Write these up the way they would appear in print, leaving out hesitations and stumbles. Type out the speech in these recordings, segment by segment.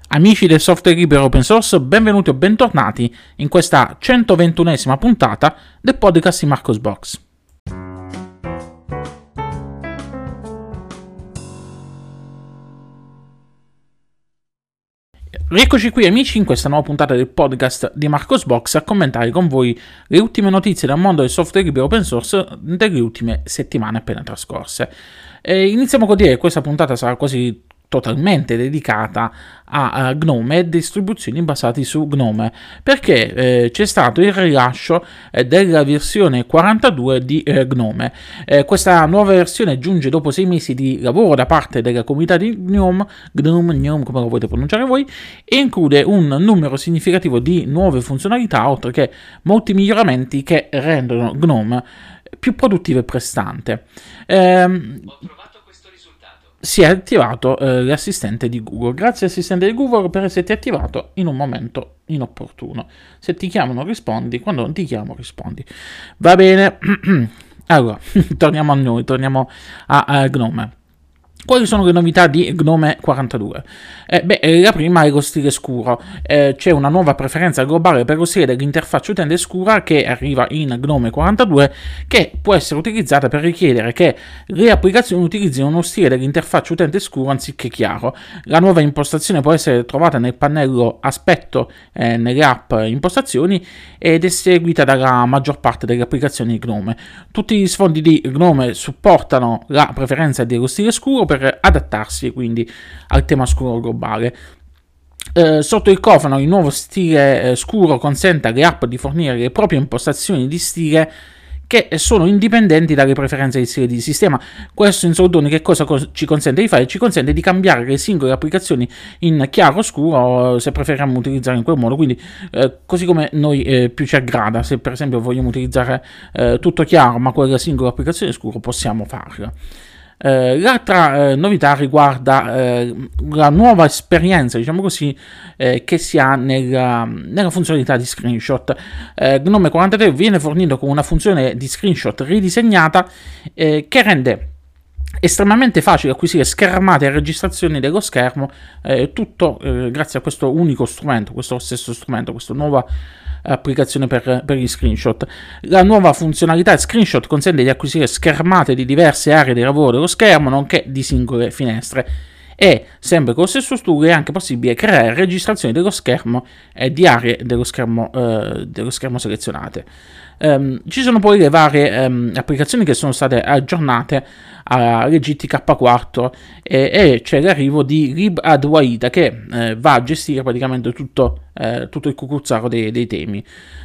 Amici del software libero open source, benvenuti o bentornati in questa 121esima puntata del podcast di Marcosbox. Rieccoci qui amici in questa nuova puntata del podcast di Marcosbox a commentare con voi le ultime notizie dal mondo del software libero open source delle ultime settimane appena trascorse. Iniziamo con dire che questa puntata sarà quasi totalmente dedicata a Gnome e distribuzioni basate su Gnome, perché c'è stato il rilascio della versione 42 di Gnome. Questa nuova versione giunge dopo 6 mesi di lavoro da parte della comunità di Gnome, come lo volete pronunciare voi, e include un numero significativo di nuove funzionalità, oltre che molti miglioramenti che rendono Gnome più produttivo e prestante. Si è attivato l'assistente di Google. Grazie all'assistente di Google per esserti attivato in un momento inopportuno. Se ti chiamano rispondi, quando non ti chiamo rispondi. Va bene. Allora, torniamo a noi, torniamo a Gnome. Quali sono le novità di Gnome 42? La prima è lo stile scuro. C'è una nuova preferenza globale per lo stile dell'interfaccia utente scura che arriva in Gnome 42, che può essere utilizzata per richiedere che le applicazioni utilizzino uno stile dell'interfaccia utente scuro anziché chiaro. La nuova impostazione può essere trovata nel pannello aspetto nelle app impostazioni ed è seguita dalla maggior parte delle applicazioni di Gnome. Tutti gli sfondi di Gnome supportano la preferenza dello stile scuro per adattarsi quindi al tema scuro globale. Sotto il cofano il nuovo stile scuro consente alle app di fornire le proprie impostazioni di stile che sono indipendenti dalle preferenze di stile di sistema. Questo in soldoni che cosa ci consente di fare? Ci consente di cambiare le singole applicazioni in chiaro o scuro se preferiamo utilizzare in quel modo, quindi così come noi più ci aggrada. Se per esempio vogliamo utilizzare tutto chiaro ma quella singola applicazione scuro, possiamo farlo. L'altra novità riguarda la nuova esperienza, diciamo così, che si ha nella funzionalità di screenshot. Gnome 43 viene fornito con una funzione di screenshot ridisegnata che rende estremamente facile acquisire schermate e registrazioni dello schermo, tutto grazie a questo unico strumento, questo stesso strumento, questa nuova applicazione per gli screenshot. La nuova funzionalità screenshot consente di acquisire schermate di diverse aree di lavoro dello schermo, nonché di singole finestre. E sempre con lo stesso tool è anche possibile creare registrazioni dello schermo e di aree dello schermo selezionate. Ci sono poi le varie applicazioni che sono state aggiornate a GTK4 e c'è l'arrivo di libadwaita che va a gestire praticamente tutto il cucuzzaro dei temi.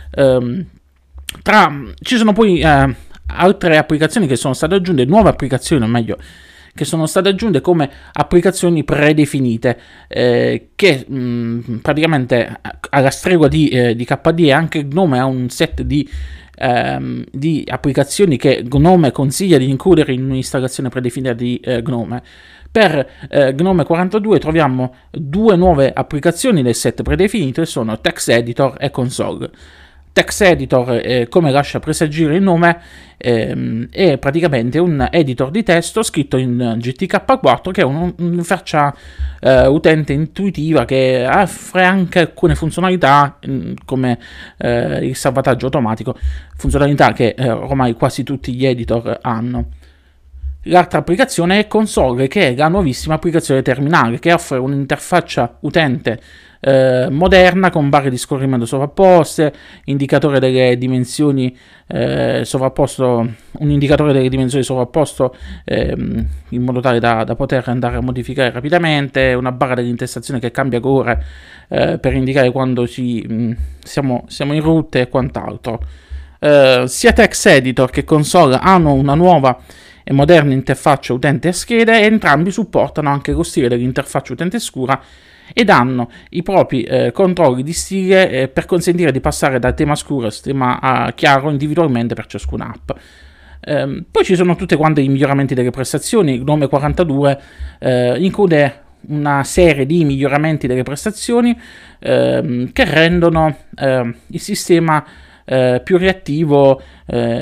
Ci sono poi altre applicazioni che sono state aggiunte, nuove applicazioni o meglio che sono state aggiunte come applicazioni predefinite che praticamente alla stregua di KDE anche Gnome ha un set di applicazioni che Gnome consiglia di includere in un'installazione predefinita di Gnome. Per Gnome 42 troviamo due nuove applicazioni del set predefinito e sono Text Editor e Console. Text Editor, come lascia presagire il nome, è praticamente un editor di testo scritto in GTK4 che è un'interfaccia utente intuitiva che offre anche alcune funzionalità come il salvataggio automatico, funzionalità che ormai quasi tutti gli editor hanno. L'altra applicazione è Console, che è la nuovissima applicazione terminale che offre un'interfaccia utente moderna con barre di scorrimento sovrapposte, indicatore delle dimensioni sovrapposto, un indicatore delle dimensioni sovrapposto in modo tale da poter andare a modificare rapidamente, una barra dell'intestazione che cambia colore per indicare quando siamo in root e quant'altro. Sia Text Editor che Console hanno una nuova e moderna interfaccia utente a schede e entrambi supportano anche lo stile dell'interfaccia utente scura ed hanno i propri controlli di stile per consentire di passare da tema scuro a tema chiaro individualmente per ciascuna app. Poi ci sono tutte quante i miglioramenti delle prestazioni. Gnome 42 include una serie di miglioramenti delle prestazioni che rendono il sistema più reattivo,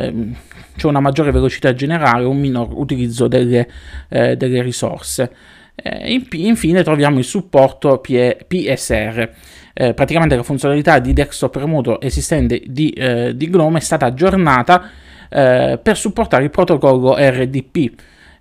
c'è una maggiore velocità generale, un minor utilizzo delle risorse. Infine troviamo il supporto PSR. Praticamente la funzionalità di desktop remoto esistente di GNOME è stata aggiornata per supportare il protocollo RDP.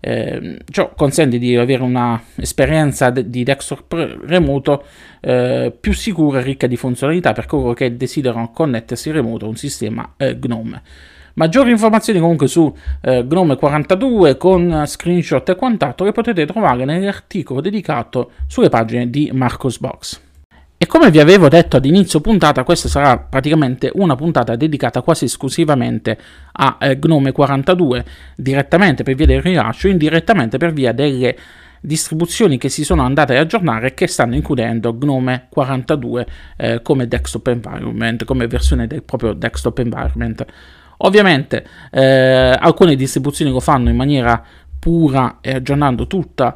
Ciò consente di avere una esperienza di desktop remoto più sicura e ricca di funzionalità per coloro che desiderano connettersi in remoto a un sistema GNOME. Maggiori informazioni comunque su GNOME 42 con screenshot e quant'altro che potete trovare nell'articolo dedicato sulle pagine di Marcosbox. E come vi avevo detto ad inizio puntata, questa sarà praticamente una puntata dedicata quasi esclusivamente a GNOME 42, direttamente per via del rilascio, indirettamente per via delle distribuzioni che si sono andate ad aggiornare e che stanno includendo GNOME 42 come desktop environment, come versione del proprio desktop environment. Ovviamente alcune distribuzioni lo fanno in maniera pura e aggiornando tutto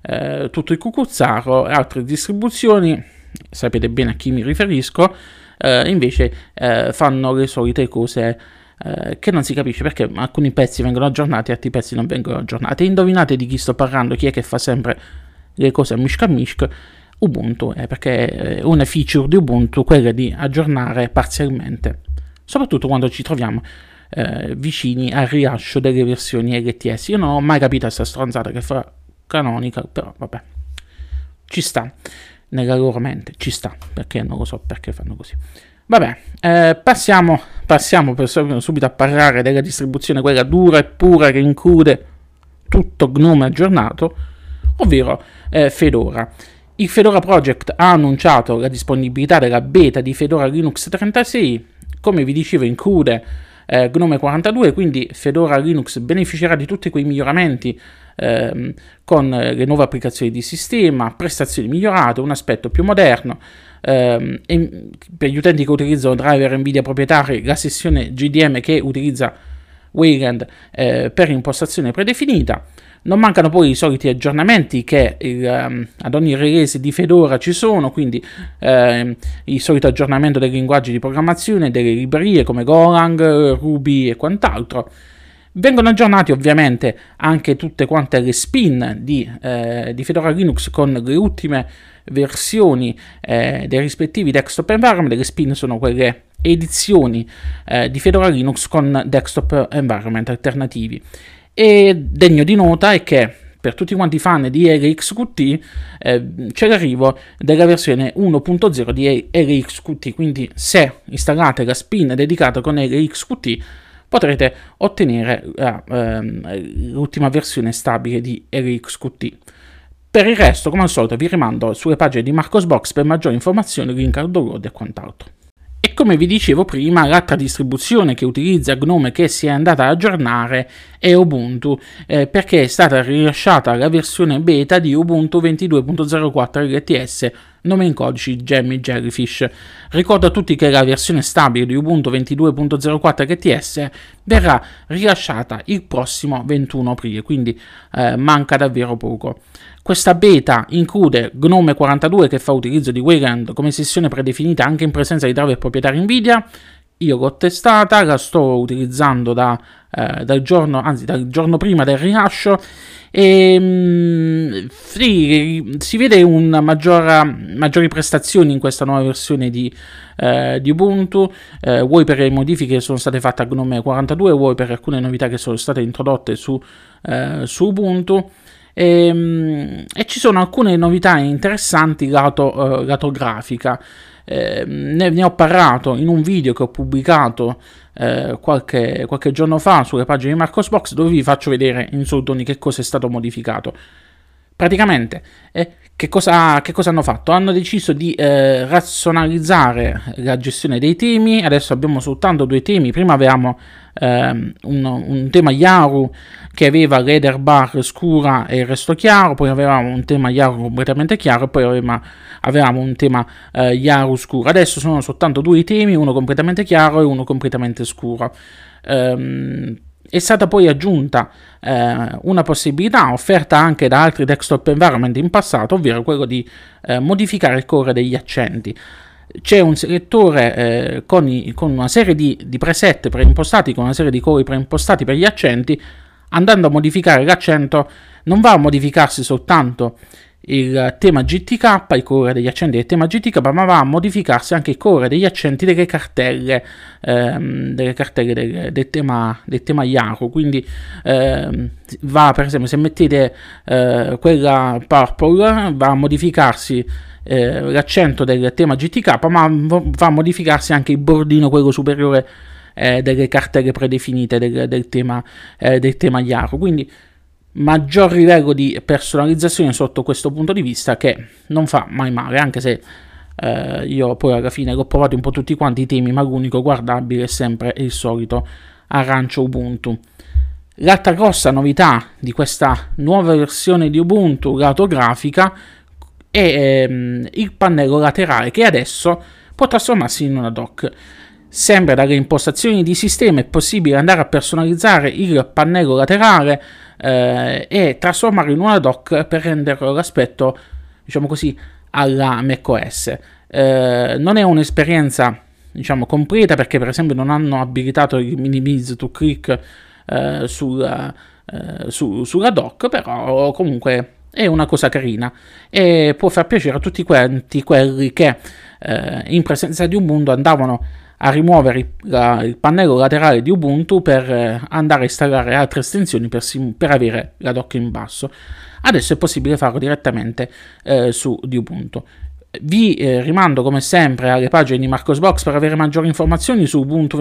il cucuzzaro, altre distribuzioni, sapete bene a chi mi riferisco, invece fanno le solite cose che non si capisce perché alcuni pezzi vengono aggiornati e altri pezzi non vengono aggiornati. Indovinate di chi sto parlando, chi è che fa sempre le cose a mishka mishk? Ubuntu, perché è una feature di Ubuntu quella di aggiornare parzialmente, soprattutto quando ci troviamo vicini al rilascio delle versioni LTS. Io non ho mai capito questa stronzata che fa Canonical, però vabbè, ci sta nella loro mente, ci sta, perché non lo so perché fanno così. Vabbè, passiamo subito a parlare della distribuzione, quella dura e pura che include tutto GNOME aggiornato, ovvero Fedora. Il Fedora Project ha annunciato la disponibilità della beta di Fedora Linux 36, come vi dicevo include GNOME 42, quindi Fedora Linux beneficerà di tutti quei miglioramenti con le nuove applicazioni di sistema, prestazioni migliorate, un aspetto più moderno, e per gli utenti che utilizzano driver Nvidia proprietari, la sessione GDM che utilizza Wayland per impostazione predefinita. Non mancano poi i soliti aggiornamenti che ad ogni release di Fedora ci sono, quindi il solito aggiornamento dei linguaggi di programmazione, delle librerie come Golang, Ruby e quant'altro. Vengono aggiornati ovviamente anche tutte quante le spin di Fedora Linux con le ultime versioni dei rispettivi desktop environment. Le spin sono quelle edizioni di Fedora Linux con desktop environment alternativi. E degno di nota è che per tutti quanti i fan di LXQT c'è l'arrivo della versione 1.0 di LXQT, quindi se installate la spin dedicata con LXQT potrete ottenere l'ultima versione stabile di LXQT. Per il resto, come al solito, vi rimando sulle pagine di Marcosbox per maggiori informazioni, link al download e quant'altro. E come vi dicevo prima, l'altra distribuzione che utilizza GNOME che si è andata ad aggiornare è Ubuntu, perché è stata rilasciata la versione beta di Ubuntu 22.04 LTS, nome in codice Gemmy Jellyfish. Ricordo a tutti che la versione stabile di Ubuntu 22.04 LTS verrà rilasciata il prossimo 21 aprile, quindi manca davvero poco. Questa beta include GNOME 42 che fa utilizzo di Wayland come sessione predefinita anche in presenza di driver proprietari Nvidia. Io l'ho testata, la sto utilizzando dal giorno prima del rilascio e si vede maggiori prestazioni in questa nuova versione di Ubuntu, vuoi per le modifiche che sono state fatte a GNOME 42, vuoi per alcune novità che sono state introdotte su Ubuntu. E ci sono alcune novità interessanti lato grafica. Ne ho parlato in un video che ho pubblicato qualche giorno fa sulle pagine di Marcosbox, dove vi faccio vedere in soldoni che cosa è stato modificato. Praticamente che cosa hanno fatto? Hanno deciso di razionalizzare la gestione dei temi. Adesso abbiamo soltanto due temi. Prima avevamo un tema Yaru che aveva l'header bar scura e il resto chiaro, poi avevamo un tema Yaru completamente chiaro e poi avevamo un tema Yaru scuro. Adesso sono soltanto due temi, uno completamente chiaro e uno completamente scuro. È stata poi aggiunta una possibilità offerta anche da altri desktop environment in passato, ovvero quello di modificare il colore degli accenti. C'è un selettore con una serie di preset preimpostati, con una serie di colori preimpostati per gli accenti. Andando a modificare l'accento non va a modificarsi soltanto il tema GTK, il colore degli accenti del tema GTK, ma va a modificarsi anche il colore degli accenti delle cartelle del tema Yahoo. Quindi va, per esempio, se mettete quella purple, va a modificarsi l'accento del tema GTK, ma va a modificarsi anche il bordino, quello superiore delle cartelle predefinite del tema Yahoo. Quindi maggior livello di personalizzazione sotto questo punto di vista, che non fa mai male, anche se io poi alla fine l'ho provato un po' tutti quanti i temi, ma l'unico guardabile è sempre il solito arancio Ubuntu. L'altra grossa novità di questa nuova versione di Ubuntu lato grafica è il pannello laterale, che adesso può trasformarsi in una dock. Sempre dalle impostazioni di sistema è possibile andare a personalizzare il pannello laterale e trasformarlo in una dock per renderlo l'aspetto, diciamo così, alla macOS. Non è un'esperienza, diciamo, completa, perché per esempio non hanno abilitato il minimize to click sulla dock, però comunque è una cosa carina e può far piacere a tutti quanti quelli che in presenza di Ubuntu andavano a rimuovere il pannello laterale di Ubuntu per andare a installare altre estensioni per avere la dock in basso. Adesso è possibile farlo direttamente su di Ubuntu. Vi rimando come sempre alle pagine di Marcosbox per avere maggiori informazioni su Ubuntu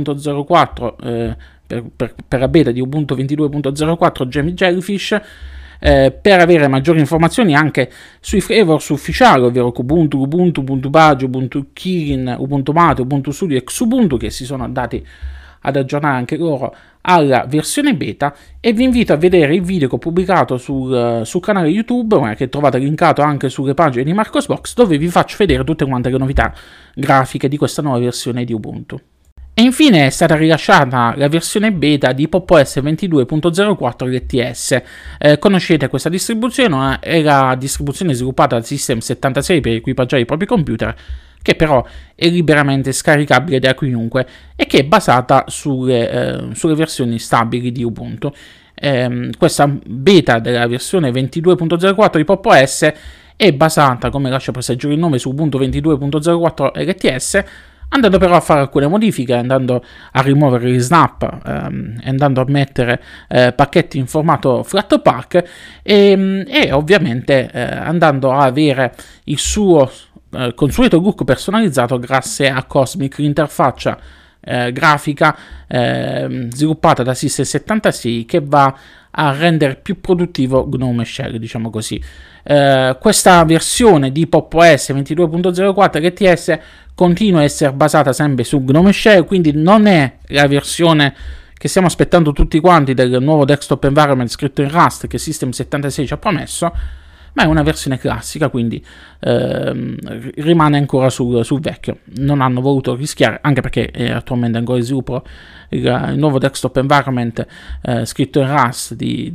22.04 per la beta di Ubuntu 22.04 Jammy Jellyfish, per avere maggiori informazioni anche sui flavors ufficiali, ovvero Kubuntu, Ubuntu, Ubuntu Badge, Ubuntu Kirin, Ubuntu Mate, Ubuntu Studio e Xubuntu, che si sono andati ad aggiornare anche loro alla versione beta. E vi invito a vedere il video che ho pubblicato sul canale YouTube, che trovate linkato anche sulle pagine di Marcosbox, dove vi faccio vedere tutte quante le novità grafiche di questa nuova versione di Ubuntu. E infine è stata rilasciata la versione beta di PopOS 22.04 LTS. Conoscete questa distribuzione? È la distribuzione sviluppata dal System76 per equipaggiare i propri computer, che però è liberamente scaricabile da chiunque e che è basata sulle versioni stabili di Ubuntu. Questa beta della versione 22.04 di PopOS è basata, come lascia presagire il nome, su Ubuntu 22.04 LTS, andando però a fare alcune modifiche, andando a rimuovere gli snap, andando a mettere pacchetti in formato Flatpak e ovviamente andando a avere il suo consueto look personalizzato grazie a Cosmic, l'interfaccia grafica sviluppata da System76, che va a rendere più produttivo GNOME Shell, diciamo così. Questa versione di PopOS 22.04 LTS continua a essere basata sempre su GNOME Shell, quindi non è la versione che stiamo aspettando tutti quanti del nuovo desktop environment scritto in Rust che System76 ci ha promesso, ma è una versione classica, quindi rimane ancora sul vecchio. Non hanno voluto rischiare, anche perché è attualmente ancora in sviluppo il nuovo desktop environment scritto in Rust di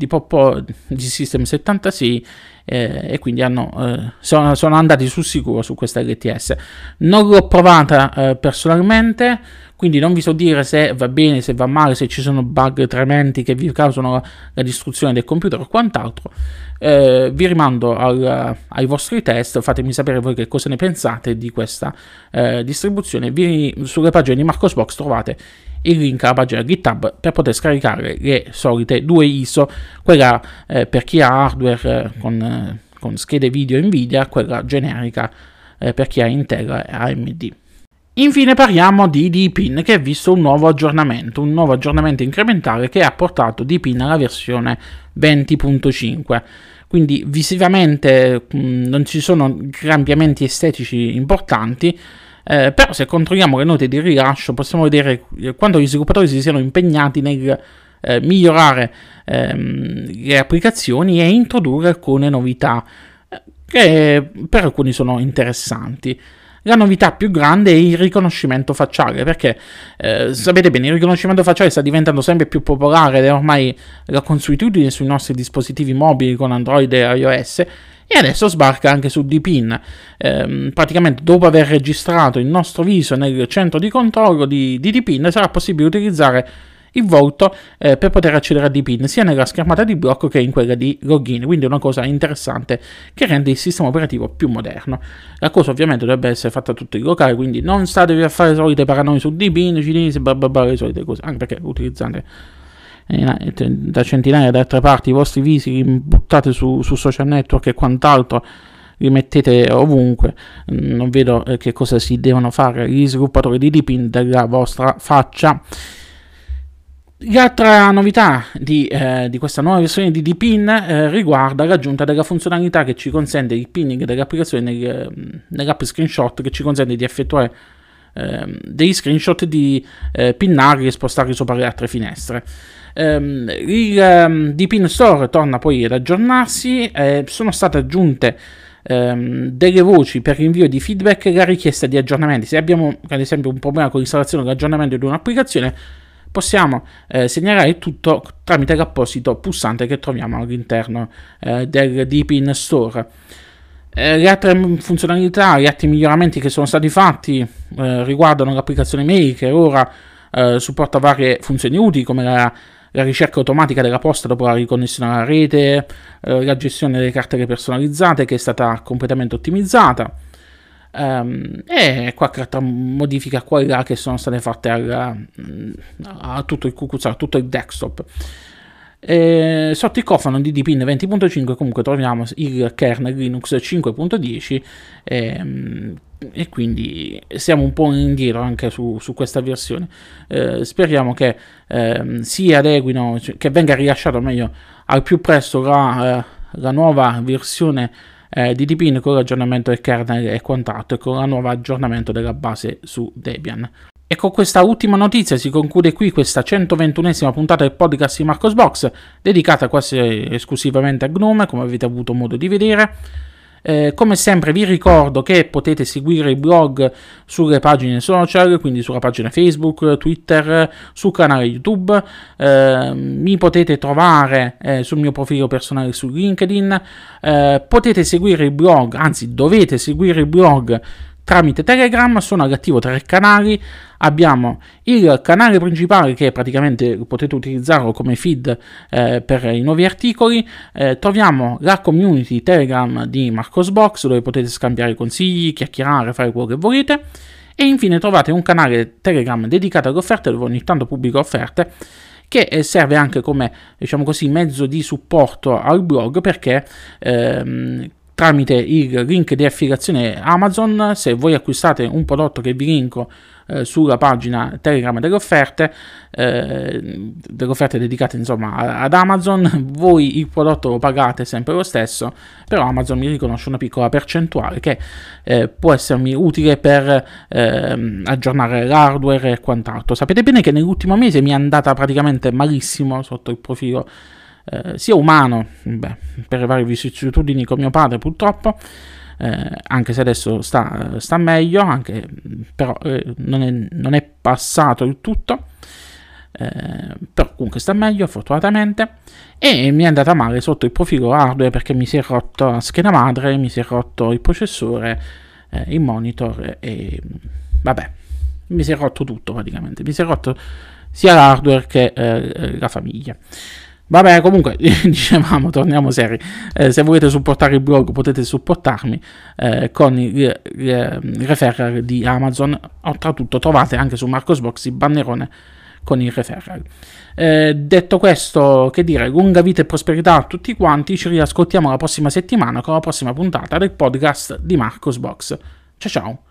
System76, e quindi sono andati sul sicuro su questa LTS. Non l'ho provata personalmente, quindi non vi so dire se va bene, se va male, se ci sono bug tremendi che vi causano la distruzione del computer o quant'altro. Vi rimando ai vostri test, fatemi sapere voi che cosa ne pensate di questa distribuzione. Sulle pagine di Marcosbox trovate il link alla pagina GitHub per poter scaricare le solite 2 ISO, quella per chi ha hardware con schede video Nvidia, quella generica per chi ha Intel e AMD. Infine parliamo di DPIN, che ha visto un nuovo aggiornamento incrementale che ha portato DPIN alla versione 20.5. Quindi visivamente non ci sono cambiamenti estetici importanti, però se controlliamo le note di rilascio possiamo vedere quanto gli sviluppatori si siano impegnati nel migliorare le applicazioni e introdurre alcune novità che per alcuni sono interessanti. La novità più grande è il riconoscimento facciale, perché sapete bene, il riconoscimento facciale sta diventando sempre più popolare ed è ormai la consuetudine sui nostri dispositivi mobili con Android e iOS, e adesso sbarca anche su DPIN. Praticamente dopo aver registrato il nostro viso nel centro di controllo di DPIN sarà possibile utilizzare il volto per poter accedere a DPIN sia nella schermata di blocco che in quella di login, quindi è una cosa interessante che rende il sistema operativo più moderno. La cosa ovviamente dovrebbe essere fatta tutto in locale, quindi non statevi a fare le solite paranoie su DPIN, cinesi, le solite cose, anche perché utilizzate da centinaia di altre parti i vostri visi, buttate su social network e quant'altro, li mettete ovunque. Non vedo che cosa si devono fare gli sviluppatori di DPIN della vostra faccia. L'altra novità di questa nuova versione di DPIN riguarda l'aggiunta della funzionalità che ci consente il pinning dell'applicazione nell'app Screenshot, che ci consente di effettuare degli screenshot, di pinnarli e spostarli sopra le altre finestre. Il DPIN Store torna poi ad aggiornarsi, sono state aggiunte delle voci per l'invio di feedback e la richiesta di aggiornamenti. Se abbiamo ad esempio un problema con l'installazione o l'aggiornamento di un'applicazione, possiamo segnalare tutto tramite l'apposito pulsante che troviamo all'interno del DPIN Store. Le altre funzionalità, gli altri miglioramenti che sono stati fatti riguardano l'applicazione Mail, che ora supporta varie funzioni utili come la ricerca automatica della posta dopo la riconnessione alla rete, la gestione delle cartelle personalizzate che è stata completamente ottimizzata, e qualche altra modifica qua e là che sono state fatte a tutto il QQZ, a tutto il desktop. Sotto il cofano di DPIN 20.5 comunque troviamo il kernel Linux 5.10 e quindi siamo un po' indietro anche su questa versione. Speriamo che si adeguino, che venga rilasciato meglio al più presto la nuova versione di DPIN con l'aggiornamento del kernel e quant'altro, e con il nuovo aggiornamento della base su Debian. E con questa ultima notizia si conclude qui questa 121esima puntata del podcast di Marcosbox, dedicata quasi esclusivamente a GNOME, come avete avuto modo di vedere. Come sempre vi ricordo che potete seguire il blog sulle pagine social, quindi sulla pagina Facebook, Twitter, sul canale YouTube. Mi potete trovare sul mio profilo personale su LinkedIn. Potete seguire il blog, anzi dovete seguire il blog tramite Telegram. Sono all'attivo 3 canali. Abbiamo il canale principale che praticamente potete utilizzarlo come feed per i nuovi articoli. Troviamo la community Telegram di Marcosbox, dove potete scambiare consigli, chiacchierare, fare quello che volete. E infine trovate un canale Telegram dedicato alle offerte, dove ogni tanto pubblico offerte, che serve anche come, diciamo così, mezzo di supporto al blog, perché tramite il link di affiliazione Amazon, se voi acquistate un prodotto che vi linko sulla pagina Telegram delle offerte dedicate insomma ad Amazon, voi il prodotto lo pagate sempre lo stesso, però Amazon mi riconosce una piccola percentuale che può essermi utile per aggiornare l'hardware e quant'altro. Sapete bene che nell'ultimo mese mi è andata praticamente malissimo sotto il profilo sia umano, per varie vicissitudini con mio padre purtroppo, anche se adesso sta meglio, anche però non è passato il tutto, però comunque sta meglio fortunatamente. E mi è andata male sotto il profilo hardware, perché mi si è rotto la scheda madre, mi si è rotto il processore, il monitor e vabbè, mi si è rotto tutto praticamente, mi si è rotto sia l'hardware che la famiglia. Vabbè, comunque, dicevamo, torniamo seri. Se volete supportare il blog potete supportarmi con il referral di Amazon. Oltretutto trovate anche su Marcosbox il bannerone con il referral. Detto questo, che dire, lunga vita e prosperità a tutti quanti. Ci riascoltiamo la prossima settimana con la prossima puntata del podcast di Marcosbox. Ciao ciao!